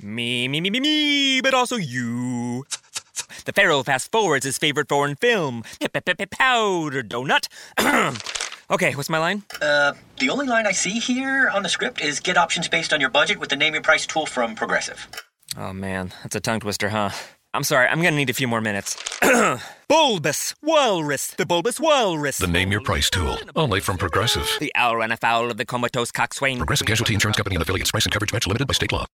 Me, but also you. The Pharaoh fast forwards his favorite foreign film, Powder Donut. Okay, what's my line? The only line I see here on the script is get options based on your budget with the Name Your Price tool from Progressive. Oh man, that's a tongue twister, huh? I'm sorry, I'm gonna need a few more minutes. Bulbous Walrus, the Bulbous Walrus. The Name Your Price tool, only from Progressive. The owl ran afoul of the comatose coxswain. Progressive Casualty Insurance Company and affiliates. Price and coverage match limited by state law.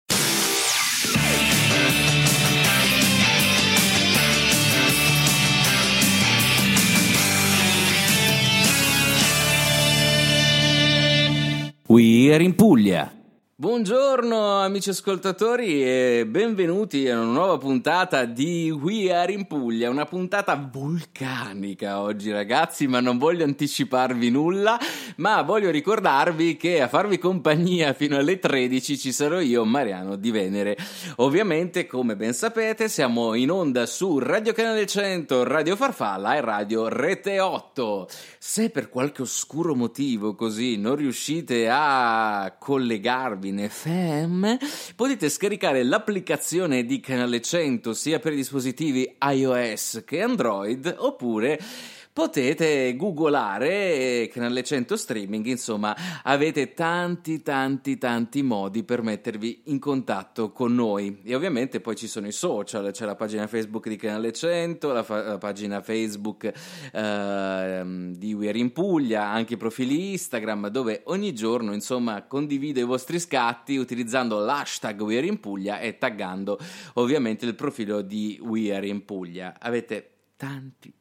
We are in Puglia. Buongiorno amici ascoltatori e benvenuti a una nuova puntata di We Are in Puglia, una puntata vulcanica oggi ragazzi, ma non voglio anticiparvi nulla, ma voglio ricordarvi che a farvi compagnia fino alle 13 ci sarò io, Mariano Di Venere. Ovviamente, come ben sapete, siamo in onda su Radio Canale 100, Radio Farfalla e Radio Rete 8. Se per qualche oscuro motivo così non riuscite a collegarvi in FM, potete scaricare l'applicazione di Canale 100 sia per i dispositivi iOS che Android, oppure potete googolare Canale 100 Streaming. Insomma, avete tanti modi per mettervi in contatto con noi. E ovviamente poi ci sono i social, c'è la pagina Facebook di Canale 100, la pagina Facebook di We Are in Puglia, anche i profili Instagram, dove ogni giorno insomma condivido i vostri scatti utilizzando l'hashtag We Are in Puglia e taggando ovviamente il profilo di We Are in Puglia. Avete tanti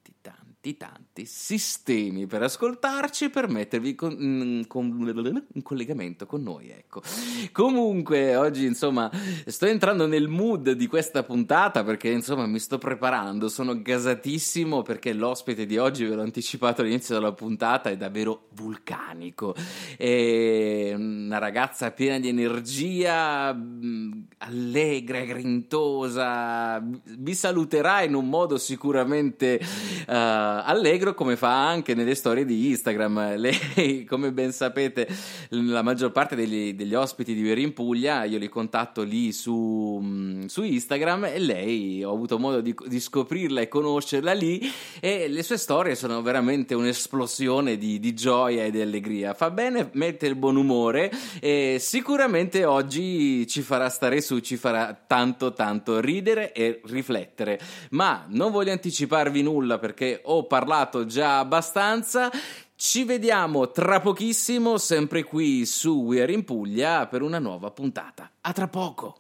sistemi per ascoltarci, per mettervi in collegamento con noi, ecco. Comunque oggi insomma sto entrando nel mood di questa puntata perché insomma mi sto preparando, sono gasatissimo perché l'ospite di oggi, ve l'ho anticipato all'inizio della puntata, è davvero vulcanico, è una ragazza piena di energia, allegra, grintosa, vi saluterà in un modo sicuramente allegro, come fa anche nelle storie di Instagram. Lei, come ben sapete, la maggior parte degli ospiti di Veri in Puglia io li contatto lì su Instagram, e lei ho avuto modo di scoprirla e conoscerla lì, e le sue storie sono veramente un'esplosione di gioia e di allegria. Fa bene, mette il buon umore e sicuramente oggi ci farà stare su, ci farà tanto ridere e riflettere. Ma non voglio anticiparvi nulla perché ho parlato già abbastanza. Ci vediamo tra pochissimo, sempre qui su We Are in Puglia, per una nuova puntata. A tra poco!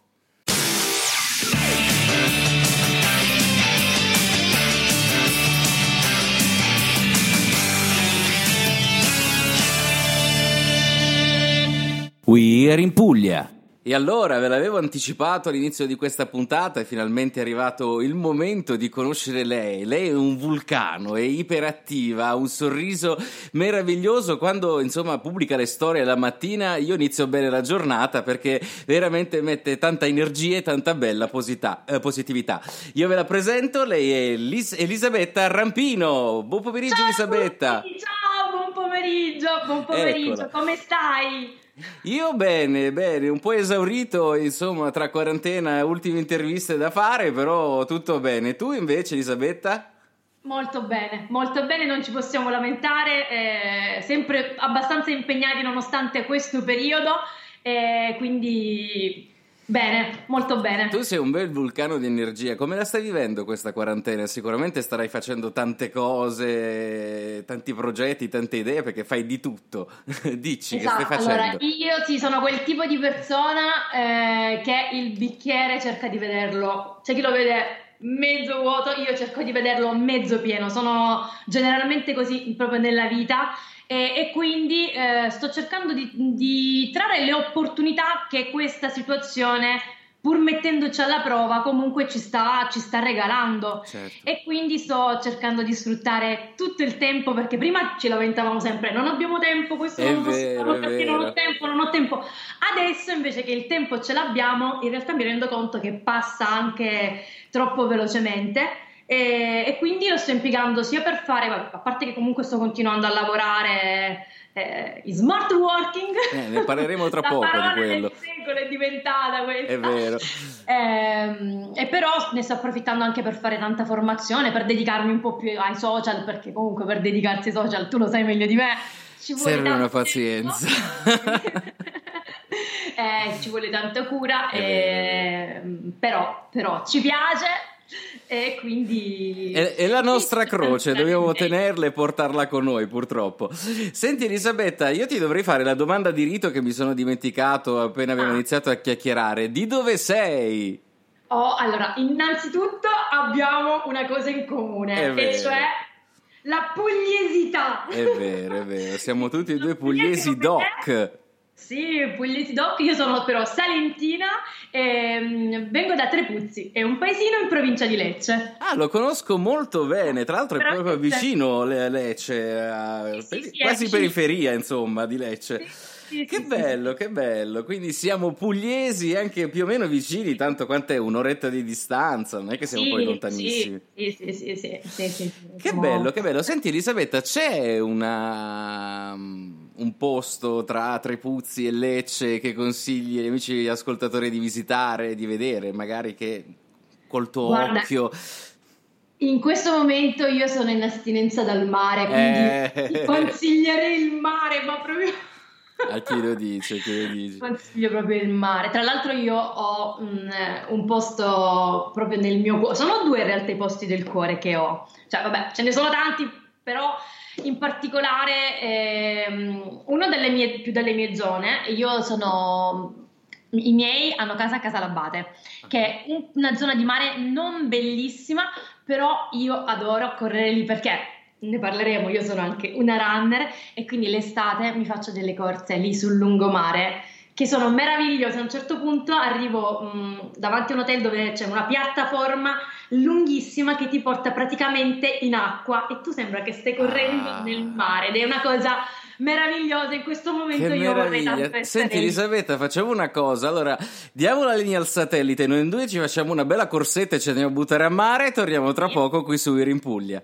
We Are in Puglia. E allora, ve l'avevo anticipato all'inizio di questa puntata, e finalmente è arrivato il momento di conoscere lei. Lei è un vulcano, è iperattiva, ha un sorriso meraviglioso. Quando insomma pubblica le storie la mattina io inizio bene la giornata, perché veramente mette tanta energia e tanta bella positività. Io ve la presento, lei è Elisabetta Rampino. Buon pomeriggio. Ciao, Elisabetta. Ciao, buon pomeriggio, Eccola. Come stai? Io bene, un po' esaurito, insomma, tra quarantena e ultime interviste da fare, però tutto bene. Tu invece, Elisabetta? Molto bene, non ci possiamo lamentare, sempre abbastanza impegnati nonostante questo periodo, quindi bene, molto bene. Tu sei un bel vulcano di energia. Come la stai vivendo questa quarantena? Sicuramente starai facendo tante cose, tanti progetti, tante idee, perché fai di tutto. Dici, esatto. Che stai facendo? Allora, io sono quel tipo di persona che il bicchiere cerca di vederlo. C'è chi lo vede mezzo vuoto, io cerco di vederlo mezzo pieno. Sono generalmente così proprio nella vita. E quindi sto cercando di trarre le opportunità che questa situazione, pur mettendoci alla prova, comunque ci sta regalando. Certo. E quindi sto cercando di sfruttare tutto il tempo, perché prima ci lamentavamo sempre: non abbiamo tempo, questo non possiamo, perché non ho tempo. Adesso invece che il tempo ce l'abbiamo, in realtà mi rendo conto che passa anche troppo velocemente. e quindi lo sto impiegando sia per fare, a parte che comunque sto continuando a lavorare in smart working, ne parleremo tra poco di quello. del secolo è diventata questa, è vero, e però ne sto approfittando anche per fare tanta formazione, per dedicarmi un po' più ai social, perché comunque per dedicarsi ai social, tu lo sai meglio di me, ci vuole serve una tanto pazienza. Ci vuole tanta cura, È però ci piace. E quindi è la nostra croce, dobbiamo tenerla e portarla con noi, purtroppo. Senti Elisabetta, io ti dovrei fare la domanda di rito che mi sono dimenticato appena abbiamo iniziato a chiacchierare. Di dove sei? Allora, innanzitutto abbiamo una cosa in comune, e cioè la pugliesità. È vero, siamo tutti e due pugliesi doc. Sì, pugliesi doc. Io sono però salentina e vengo da Trepuzzi, è un paesino in provincia di Lecce. Ah, lo conosco molto bene, tra l'altro è proprio vicino a Lecce, quasi periferia insomma di Lecce. Sì, che bello, quindi siamo pugliesi anche più o meno vicini, tanto quant'è un'oretta di distanza, non è che siamo poi lontanissimi. Sì. Che bello. Senti Elisabetta, c'è un posto tra Trepuzzi e Lecce che consigli agli amici ascoltatori di visitare, di vedere, magari che col tuo occhio? In questo momento io sono in astinenza dal mare, quindi ti consiglierei il mare, ma proprio... A chi lo dice? Consiglio proprio il mare. Tra l'altro io ho un posto proprio nel mio cuore. Sono due in realtà i posti del cuore che ho. Cioè vabbè, ce ne sono tanti, però in particolare uno più delle mie zone. I miei hanno casa a Casalabate, che è una zona di mare non bellissima, però io adoro correre lì perché... Ne parleremo, io sono anche una runner e quindi l'estate mi faccio delle corse lì sul lungomare che sono meravigliose. A un certo punto arrivo davanti a un hotel dove c'è una piattaforma lunghissima che ti porta praticamente in acqua e tu sembra che stai correndo nel mare ed è una cosa meravigliosa. In questo momento che io vorrei tanto essere. Senti Elisabetta, facciamo una cosa, allora diamo la linea al satellite, noi due ci facciamo una bella corsetta e ci andiamo a buttare a mare e torniamo tra poco qui su In Puglia.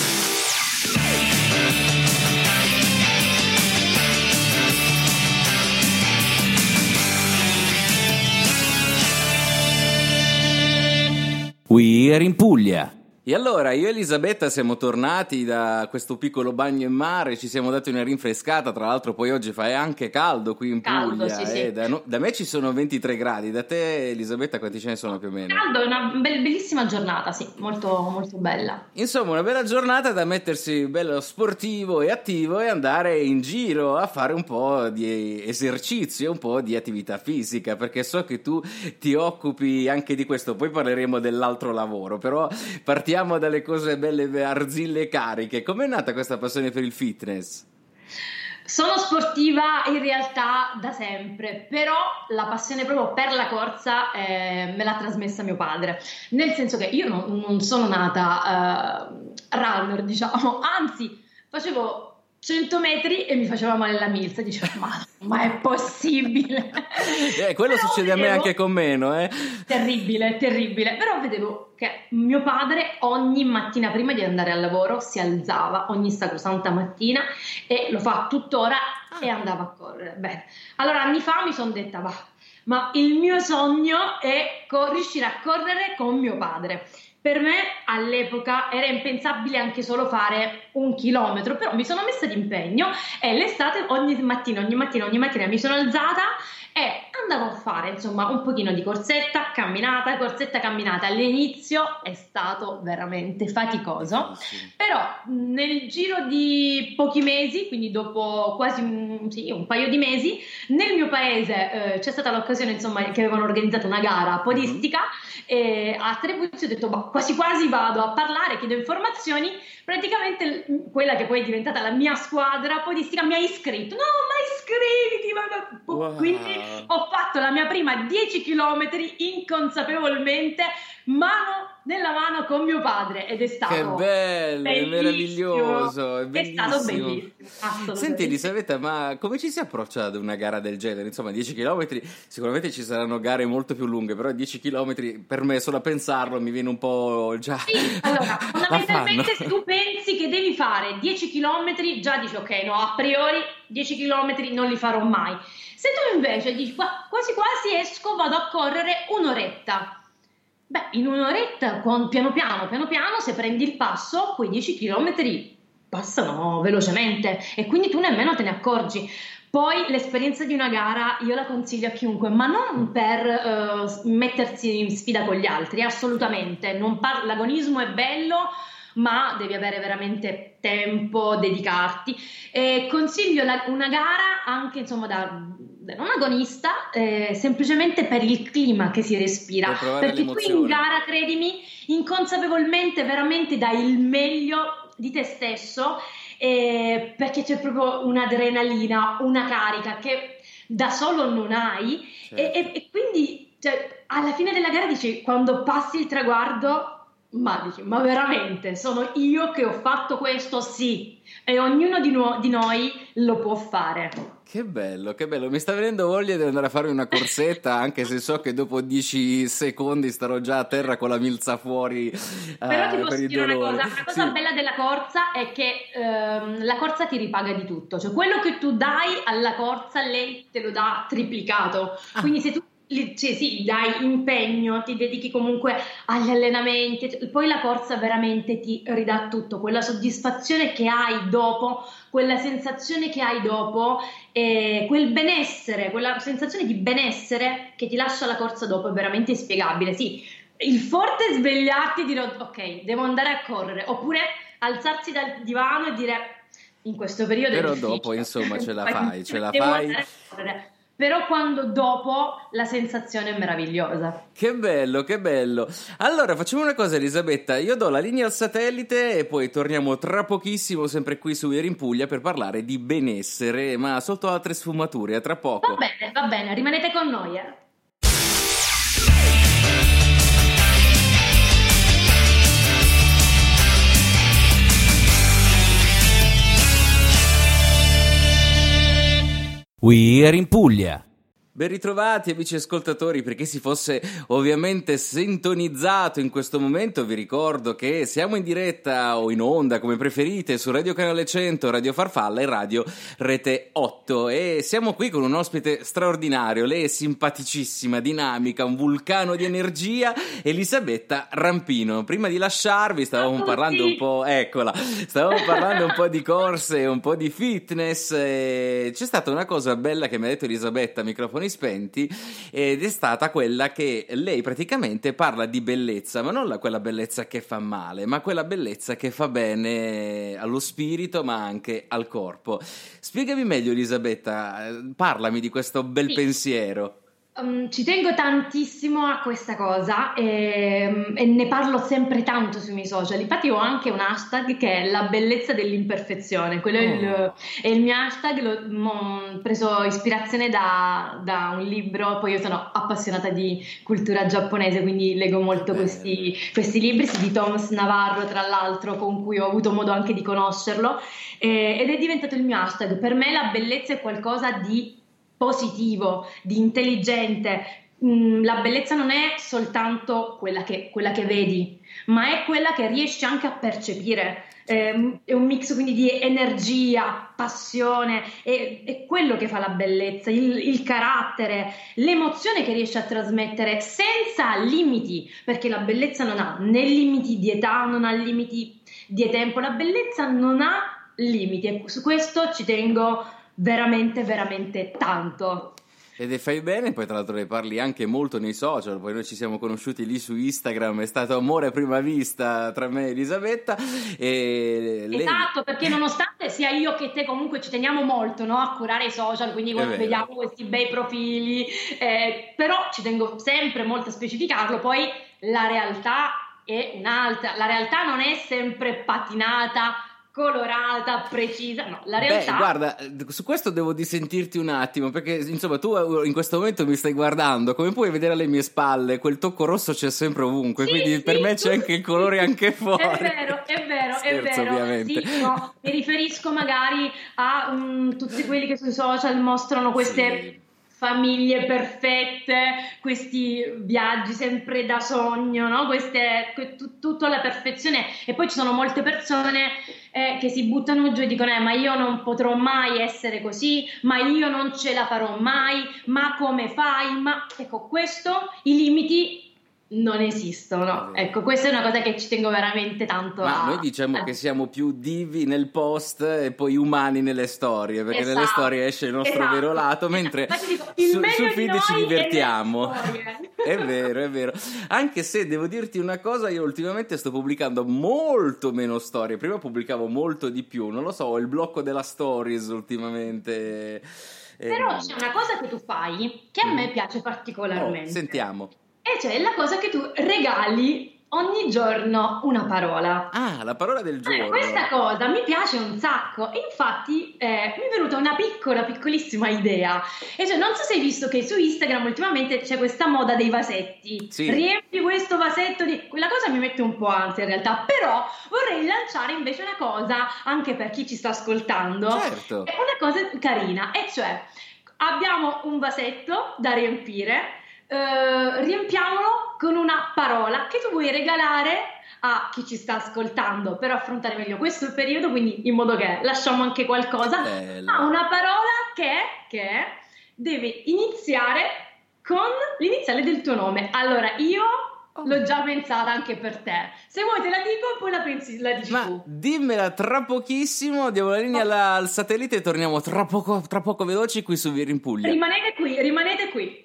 We are in Puglia. E allora io e Elisabetta siamo tornati da questo piccolo bagno in mare, ci siamo dati una rinfrescata, tra l'altro poi oggi fa anche caldo qui in Puglia, sì. Da me ci sono 23 gradi, da te Elisabetta quanti ce ne sono più o meno? Caldo, è una bellissima giornata, sì, molto, molto bella. Insomma una bella giornata da mettersi bello sportivo e attivo e andare in giro a fare un po' di esercizio, un po' di attività fisica, perché so che tu ti occupi anche di questo, poi parleremo dell'altro lavoro, però partiamo dalle cose belle arzille e cariche. Com'è nata questa passione per il fitness? Sono sportiva in realtà da sempre, però la passione proprio per la corsa me l'ha trasmessa mio padre, nel senso che io non sono nata runner, diciamo, anzi facevo 100 metri e mi faceva male la milza, dicevo ma è possibile? Quello però succede a me anche con meno, Terribile, però vedevo che mio padre ogni mattina prima di andare al lavoro si alzava ogni sacrosanta mattina e lo fa tuttora e andava a correre. Bene, allora anni fa mi sono detta ma il mio sogno è riuscire a correre con mio padre. Per me all'epoca era impensabile anche solo fare 1 chilometro, però mi sono messa d'impegno e l'estate ogni mattina mi sono alzata e andavo a fare insomma un pochino di corsetta, camminata. All'inizio è stato veramente faticoso, però nel giro di pochi mesi, quindi dopo quasi un paio di mesi, nel mio paese c'è stata l'occasione insomma che avevano organizzato una gara podistica e a Trepuzzi ho detto quasi vado a parlare, chiedo informazioni. Praticamente quella che poi è diventata la mia squadra podistica mi ha iscritto. No, ma iscriviti! Wow. Quindi ho fatto la mia prima 10 chilometri inconsapevolmente, mano nella mano con mio padre ed è stato che bello, è meraviglioso, è bellissimo. È stato bellissimo, assolutamente. Senti Elisabetta, ma come ci si approccia ad una gara del genere? Insomma, 10 km, sicuramente ci saranno gare molto più lunghe, però 10 km per me solo a pensarlo mi viene un po' già... Sì, allora, fondamentalmente se tu pensi che devi fare 10 km, già dici ok, no, a priori 10 km non li farò mai. Se tu invece dici quasi quasi esco, vado a correre un'oretta. Beh, in un'oretta, piano piano, se prendi il passo, quei 10 km passano velocemente e quindi tu nemmeno te ne accorgi. Poi l'esperienza di una gara io la consiglio a chiunque, ma non per mettersi in sfida con gli altri, assolutamente. L'agonismo è bello, ma devi avere veramente tempo, dedicarti. Consiglio una gara anche insomma da non agonista, semplicemente per il clima che si respira, perché tu in gara, credimi, inconsapevolmente veramente dai il meglio di te stesso, perché c'è proprio un'adrenalina, una carica che da solo non hai, certo. e quindi cioè, alla fine della gara dici, quando passi il traguardo, ma veramente sono io che ho fatto questo? Sì, e ognuno di noi lo può fare. Che bello, mi sta venendo voglia di andare a fare una corsetta, anche se so che dopo 10 secondi starò già a terra con la milza fuori. Però ti posso dire una cosa sì. Bella della corsa è che la corsa ti ripaga di tutto, cioè quello che tu dai alla corsa lei te lo dà triplicato, quindi se tu sì, dai impegno, ti dedichi comunque agli allenamenti, poi la corsa veramente ti ridà tutto, quella soddisfazione che hai dopo, quella sensazione che hai dopo, quel benessere, quella sensazione di benessere che ti lascia la corsa dopo è veramente inspiegabile. Sì, il forte svegliarti e dire ok, devo andare a correre, oppure alzarsi dal divano e dire in questo periodo però è difficile, dopo insomma ce la fai. Però quando dopo la sensazione è meravigliosa. Che bello. Allora facciamo una cosa Elisabetta, io do la linea al satellite e poi torniamo tra pochissimo sempre qui su Ieri in Puglia per parlare di benessere, ma sotto altre sfumature, a tra poco. Va bene, rimanete con noi, We Are in Puglia. Ben ritrovati amici ascoltatori, perché si fosse ovviamente sintonizzato in questo momento vi ricordo che siamo in diretta o in onda come preferite su Radio Canale 100, Radio Farfalla e Radio Rete 8 e siamo qui con un ospite straordinario, lei è simpaticissima, dinamica, un vulcano di energia, Elisabetta Rampino. Prima di lasciarvi stavamo parlando un po', stavamo parlando un po' di corse, un po' di fitness e c'è stata una cosa bella che mi ha detto Elisabetta, microfoni spenti, ed è stata quella che lei praticamente parla di bellezza, ma non quella bellezza che fa male, ma quella bellezza che fa bene allo spirito ma anche al corpo. Spiegami meglio Elisabetta, parlami di questo bel pensiero. Ci tengo tantissimo a questa cosa e ne parlo sempre tanto sui miei social. Infatti ho anche un hashtag che è la bellezza dell'imperfezione. Quello è il mio hashtag, ho preso ispirazione da un libro. Poi io sono appassionata di cultura giapponese, quindi leggo molto questi libri di Thomas Navarro, tra l'altro, con cui ho avuto modo anche di conoscerlo, ed è diventato il mio hashtag. Per me la bellezza è qualcosa di positivo, di intelligente. La bellezza non è soltanto quella che vedi, ma è quella che riesci anche a percepire. È un mix quindi di energia, passione, è quello che fa la bellezza, il carattere, l'emozione che riesci a trasmettere senza limiti, perché la bellezza non ha né limiti di età, non ha limiti di tempo, la bellezza non ha limiti e su questo ci tengo veramente veramente tanto. Ed fai bene, poi tra l'altro ne parli anche molto nei social, poi noi ci siamo conosciuti lì su Instagram, è stato amore a prima vista tra me e Elisabetta. Esatto, perché nonostante sia io che te comunque ci teniamo molto, no, a curare i social, quindi vediamo questi bei profili, però ci tengo sempre molto a specificarlo, poi la realtà è un'altra, la realtà non è sempre patinata, colorata, precisa. No, la realtà... Beh, guarda, su questo devo dissentirti un attimo, perché insomma tu in questo momento mi stai guardando, come puoi vedere alle mie spalle, quel tocco rosso c'è sempre ovunque, Sì, quindi sì, per me c'è anche il colore anche fuori. È vero, Scherzo, ovviamente. Sì, no, mi riferisco magari a tutti quelli che sui social mostrano queste... Sì. famiglie perfette, questi viaggi sempre da sogno, no? Tutto alla perfezione, e poi ci sono molte persone che si buttano giù e dicono ma io non potrò mai essere così, ma io non ce la farò mai, ma come fai? Ma ecco, i limiti non esistono. Ecco, questa è una cosa che ci tengo veramente tanto Ma noi diciamo che siamo più divi nel post e poi umani nelle storie, perché nelle storie esce il nostro vero lato, mentre sul feed ci divertiamo. È vero. Anche se devo dirti una cosa, io ultimamente sto pubblicando molto meno storie. Prima pubblicavo molto di più, non lo so, ho il blocco della stories ultimamente. Però c'è una cosa che tu fai che a me piace particolarmente. Sentiamo. E c'è la cosa che tu regali ogni giorno una parola. Ah, la parola del giorno. Questa cosa mi piace un sacco, e infatti mi è venuta una piccolissima idea. E cioè, non so se hai visto che su Instagram ultimamente c'è questa moda dei vasetti. Sì. Riempi questo vasetto di... Quella cosa mi mette un po' ansia in realtà, però vorrei lanciare invece una cosa anche per chi ci sta ascoltando. Certo. È una cosa carina, e cioè abbiamo un vasetto da riempire. Riempiamolo con una parola che tu vuoi regalare a chi ci sta ascoltando per affrontare meglio questo periodo, quindi in modo che lasciamo anche qualcosa, ma una parola che deve iniziare con l'iniziale del tuo nome. Allora io l'ho già pensata anche per te, se vuoi te la dico, poi la dici tu. Dimmela tra pochissimo, diamo la linea al satellite e torniamo tra poco veloci qui su Vieri in Puglia. Rimanete qui.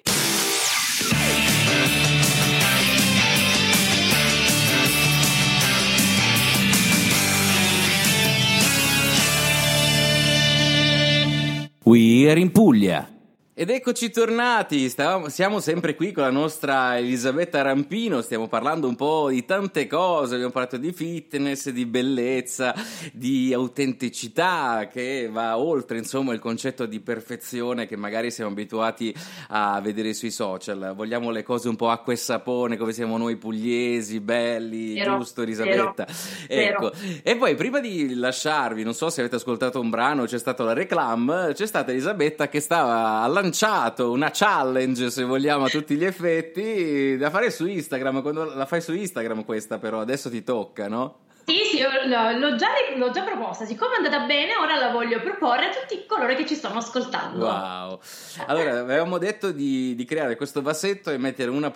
We are in Puglia. Ed eccoci tornati, siamo sempre qui con la nostra Elisabetta Rampino, stiamo parlando un po' di tante cose, abbiamo parlato di fitness, di bellezza, di autenticità che va oltre insomma il concetto di perfezione che magari siamo abituati a vedere sui social. Vogliamo le cose un po' acqua e sapone come siamo noi pugliesi, belli, giusto Elisabetta? Ecco. E poi prima di lasciarvi, non so se avete ascoltato un brano, c'è stato la reclam, c'è stata Elisabetta che stava lanciato una challenge, se vogliamo, a tutti gli effetti, da fare su Instagram. Quando la fai su Instagram questa, però adesso ti tocca, no? Sì, l'ho già proposta. Siccome è andata bene, ora la voglio proporre a tutti coloro che ci stanno ascoltando. Wow. Allora, avevamo detto di creare questo vasetto e mettere una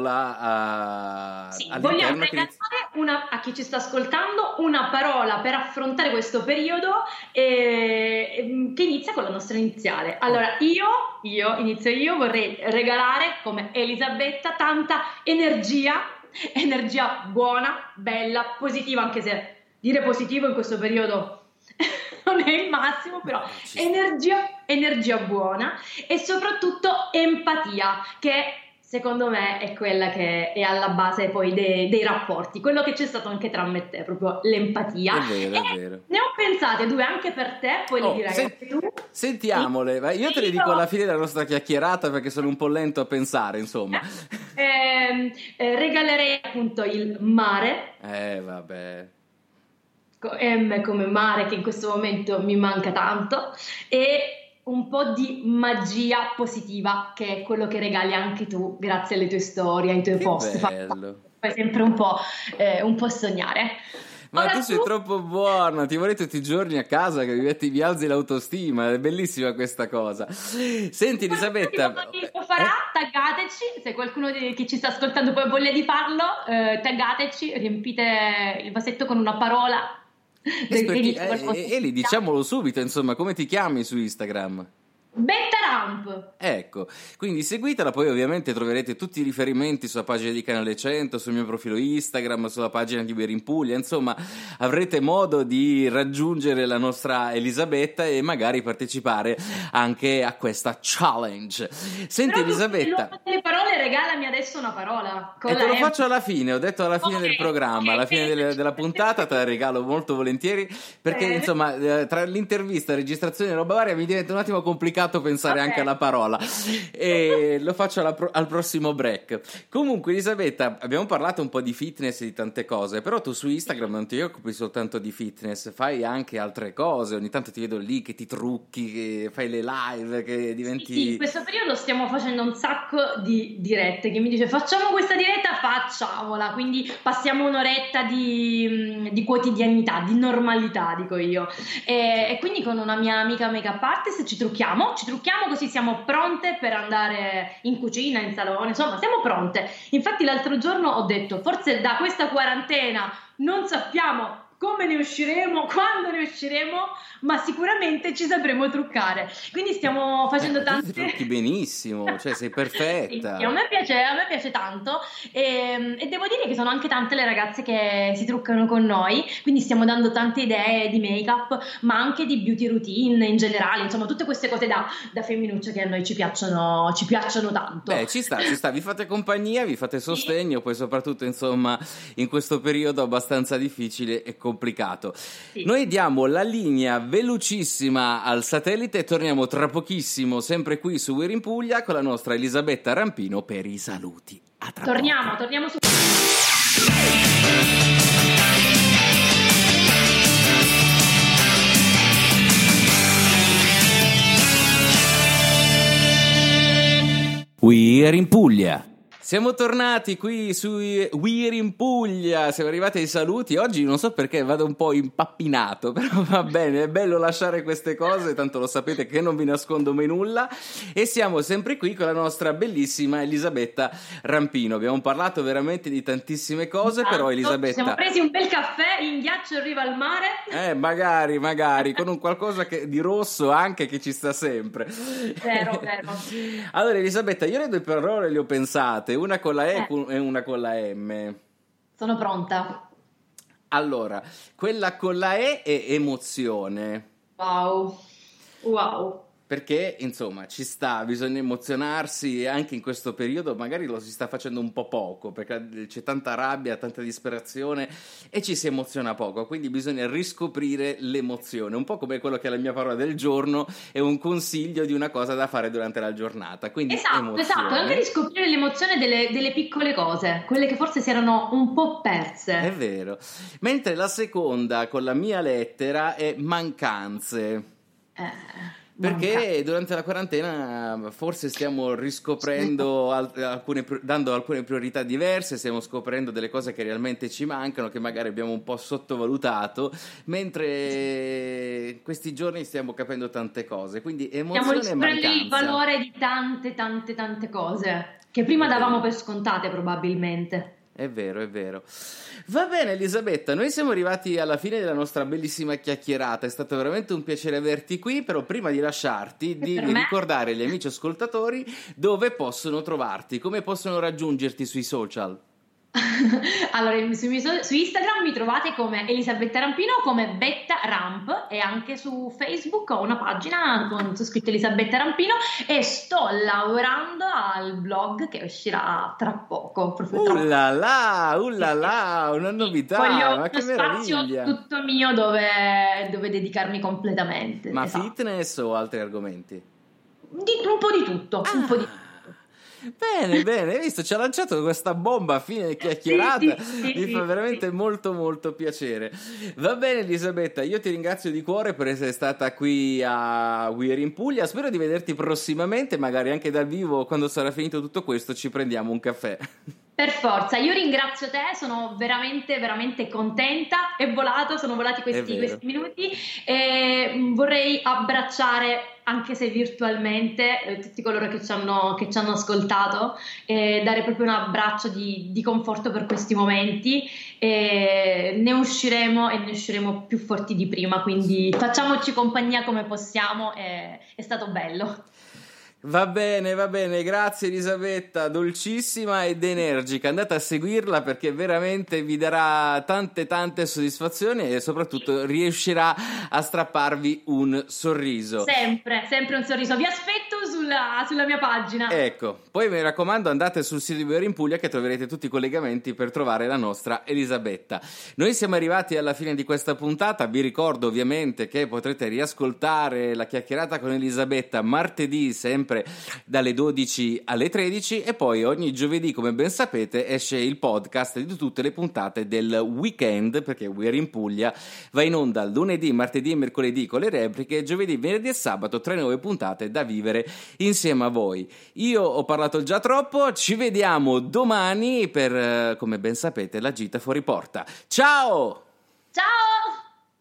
parola all'interno. Vogliamo regalare a chi ci sta ascoltando una parola per affrontare questo periodo che inizia con la nostra iniziale. Allora, io vorrei regalare come Elisabetta tanta energia buona, bella, positiva, anche se dire positivo in questo periodo non è il massimo, però energia buona e soprattutto empatia, che secondo me è quella che è alla base poi dei rapporti, quello che c'è stato anche tra me e te, proprio l'empatia. È vero. Ne ho pensate due anche per te, poi le direi anche tu. Sentiamole, io te le dico alla fine della nostra chiacchierata perché sono un po' lento a pensare, insomma. Regalerei appunto il mare. Vabbè. M come mare, che in questo momento mi manca tanto, e un po' di magia positiva, che è quello che regali anche tu grazie alle tue storie, ai tuoi post. Bello. Fai sempre un po' sognare. Ma ora tu sei troppo buona, ti vorrei tutti i giorni a casa che mi alzi l'autostima, è bellissima questa cosa. Senti Elisabetta, lo farà, taggateci, se qualcuno che ci sta ascoltando poi ha voglia di farlo, taggateci, riempite il vasetto con una parola. Eli, diciamolo subito, insomma, come ti chiami su Instagram? Betta Ramp. Ecco, quindi seguitela, poi ovviamente troverete tutti i riferimenti sulla pagina di Canale 100, sul mio profilo Instagram, sulla pagina di We Are in Puglia, insomma avrete modo di raggiungere la nostra Elisabetta e magari partecipare anche a questa challenge. Senti Però Elisabetta, tu, le parole, regalami adesso una parola. e te lo faccio alla fine, ho detto alla fine del programma, alla fine della puntata te la regalo molto volentieri, perché insomma tra l'intervista, la registrazione e roba varia mi diventa un attimo complicato pensare anche alla parola, e lo faccio al prossimo break. Comunque Elisabetta, abbiamo parlato un po' di fitness e di tante cose, però tu su Instagram non ti occupi soltanto di fitness, fai anche altre cose, ogni tanto ti vedo lì che ti trucchi, che fai le live, che diventi... Sì, in questo periodo stiamo facendo un sacco di dirette, che mi dice facciamo questa diretta, facciamola, quindi passiamo un'oretta di quotidianità, di normalità, dico io, e quindi con una mia amica make-up artist ci trucchiamo così siamo pronte per andare in cucina, in salone, insomma siamo pronte. Infatti l'altro giorno ho detto forse da questa quarantena non sappiamo come ne usciremo, quando ne usciremo, ma sicuramente ci sapremo truccare. Quindi stiamo facendo tante... Ti trucchi benissimo, cioè sei perfetta. Sì, a me piace tanto e devo dire che sono anche tante le ragazze che si truccano con noi, quindi stiamo dando tante idee di make-up, ma anche di beauty routine in generale, insomma tutte queste cose da femminuccia che a noi ci piacciono tanto. Ci sta, vi fate compagnia, vi fate sostegno, poi soprattutto insomma in questo periodo abbastanza difficile e complicato. Sì. Noi diamo la linea velocissima al satellite e torniamo tra pochissimo sempre qui su We Are in Puglia con la nostra Elisabetta Rampino per i saluti. A tra poco. Torniamo su... We Are in Puglia. Siamo tornati qui su We Are in Puglia, siamo arrivati ai saluti. Oggi non so perché vado un po' impappinato, però va bene, è bello lasciare queste cose, tanto lo sapete che non vi nascondo mai nulla. E siamo sempre qui con la nostra bellissima Elisabetta Rampino. Abbiamo parlato veramente di tantissime cose, però Elisabetta... Ci siamo presi un bel caffè in ghiaccio in riva al mare. Magari, con un qualcosa di rosso anche che ci sta sempre. Vero. Allora Elisabetta, io le due parole le ho pensate, una con la E e una con la M. Sono pronta. Allora, quella con la E è emozione. Wow. Perché, insomma, ci sta, bisogna emozionarsi e anche in questo periodo magari lo si sta facendo un po' poco, perché c'è tanta rabbia, tanta disperazione e ci si emoziona poco, quindi bisogna riscoprire l'emozione, un po' come quello che è la mia parola del giorno, è un consiglio di una cosa da fare durante la giornata, quindi esatto, anche riscoprire l'emozione delle piccole cose, quelle che forse si erano un po' perse. È vero, mentre la seconda con la mia lettera è mancanze. Perché durante la quarantena forse stiamo riscoprendo dando alcune priorità diverse, stiamo scoprendo delle cose che realmente ci mancano, che magari abbiamo un po' sottovalutato, mentre questi giorni stiamo capendo tante cose, quindi emozione e mancanza. Stiamo riscoprendo il valore di tante cose che prima davamo per scontate probabilmente. È vero. Va bene Elisabetta, noi siamo arrivati alla fine della nostra bellissima chiacchierata, è stato veramente un piacere averti qui, però prima di lasciarti devi ricordare agli amici ascoltatori dove possono trovarti, come possono raggiungerti sui social. Allora, su Instagram mi trovate come Elisabetta Rampino, come Betta Ramp, e anche su Facebook ho una pagina con scritto Elisabetta Rampino e sto lavorando al blog che uscirà tra poco. Ullala, una novità, voglio ma che uno spazio meraviglia! Tutto mio dove dedicarmi completamente. Ma fitness o altri argomenti? Un po' di tutto, un po' di tutto. Bene, hai visto, ci ha lanciato questa bomba a fine chiacchierata, mi fa veramente molto piacere. Va bene Elisabetta, io ti ringrazio di cuore per essere stata qui a We Are in Puglia, spero di vederti prossimamente, magari anche dal vivo, quando sarà finito tutto questo ci prendiamo un caffè. Per forza, io ringrazio te, sono veramente veramente contenta, sono volati questi minuti e vorrei abbracciare, anche se virtualmente, tutti coloro che ci hanno ascoltato e dare proprio un abbraccio di conforto per questi momenti, e ne usciremo più forti di prima, quindi facciamoci compagnia come possiamo, è stato bello. Va bene, grazie Elisabetta, dolcissima ed energica, andate a seguirla perché veramente vi darà tante soddisfazioni e soprattutto riuscirà a strapparvi un sorriso. Sempre un sorriso, vi aspetto sulla mia pagina. Ecco, poi mi raccomando andate sul sito di We Are in Puglia che troverete tutti i collegamenti per trovare la nostra Elisabetta. Noi siamo arrivati alla fine di questa puntata, vi ricordo ovviamente che potrete riascoltare la chiacchierata con Elisabetta martedì sempre dalle 12 alle 13 e poi ogni giovedì, come ben sapete, esce il podcast di tutte le puntate del weekend, perché We Are in Puglia va in onda lunedì, martedì e mercoledì con le repliche, giovedì, venerdì e sabato 3 nuove puntate da vivere insieme a voi. Io ho parlato già troppo, ci vediamo domani per, come ben sapete, la gita fuori porta. Ciao! Ciao!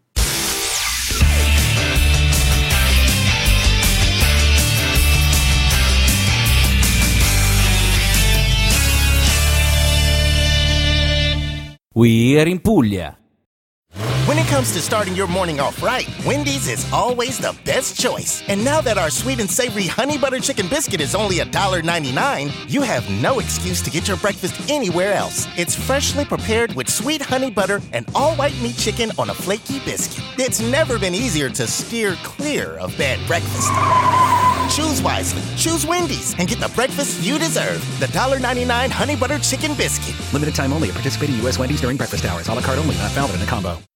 We Are in Puglia. When it comes to starting your morning off right, Wendy's is always the best choice. And now that our sweet and savory honey butter chicken biscuit is only $1.99, you have no excuse to get your breakfast anywhere else. It's freshly prepared with sweet honey butter and all-white meat chicken on a flaky biscuit. It's never been easier to steer clear of bad breakfast. Choose wisely. Choose Wendy's and get the breakfast you deserve. The $1.99 honey butter chicken biscuit. Limited time only at participating U.S. Wendy's during breakfast hours. A la carte only, not valid in a combo.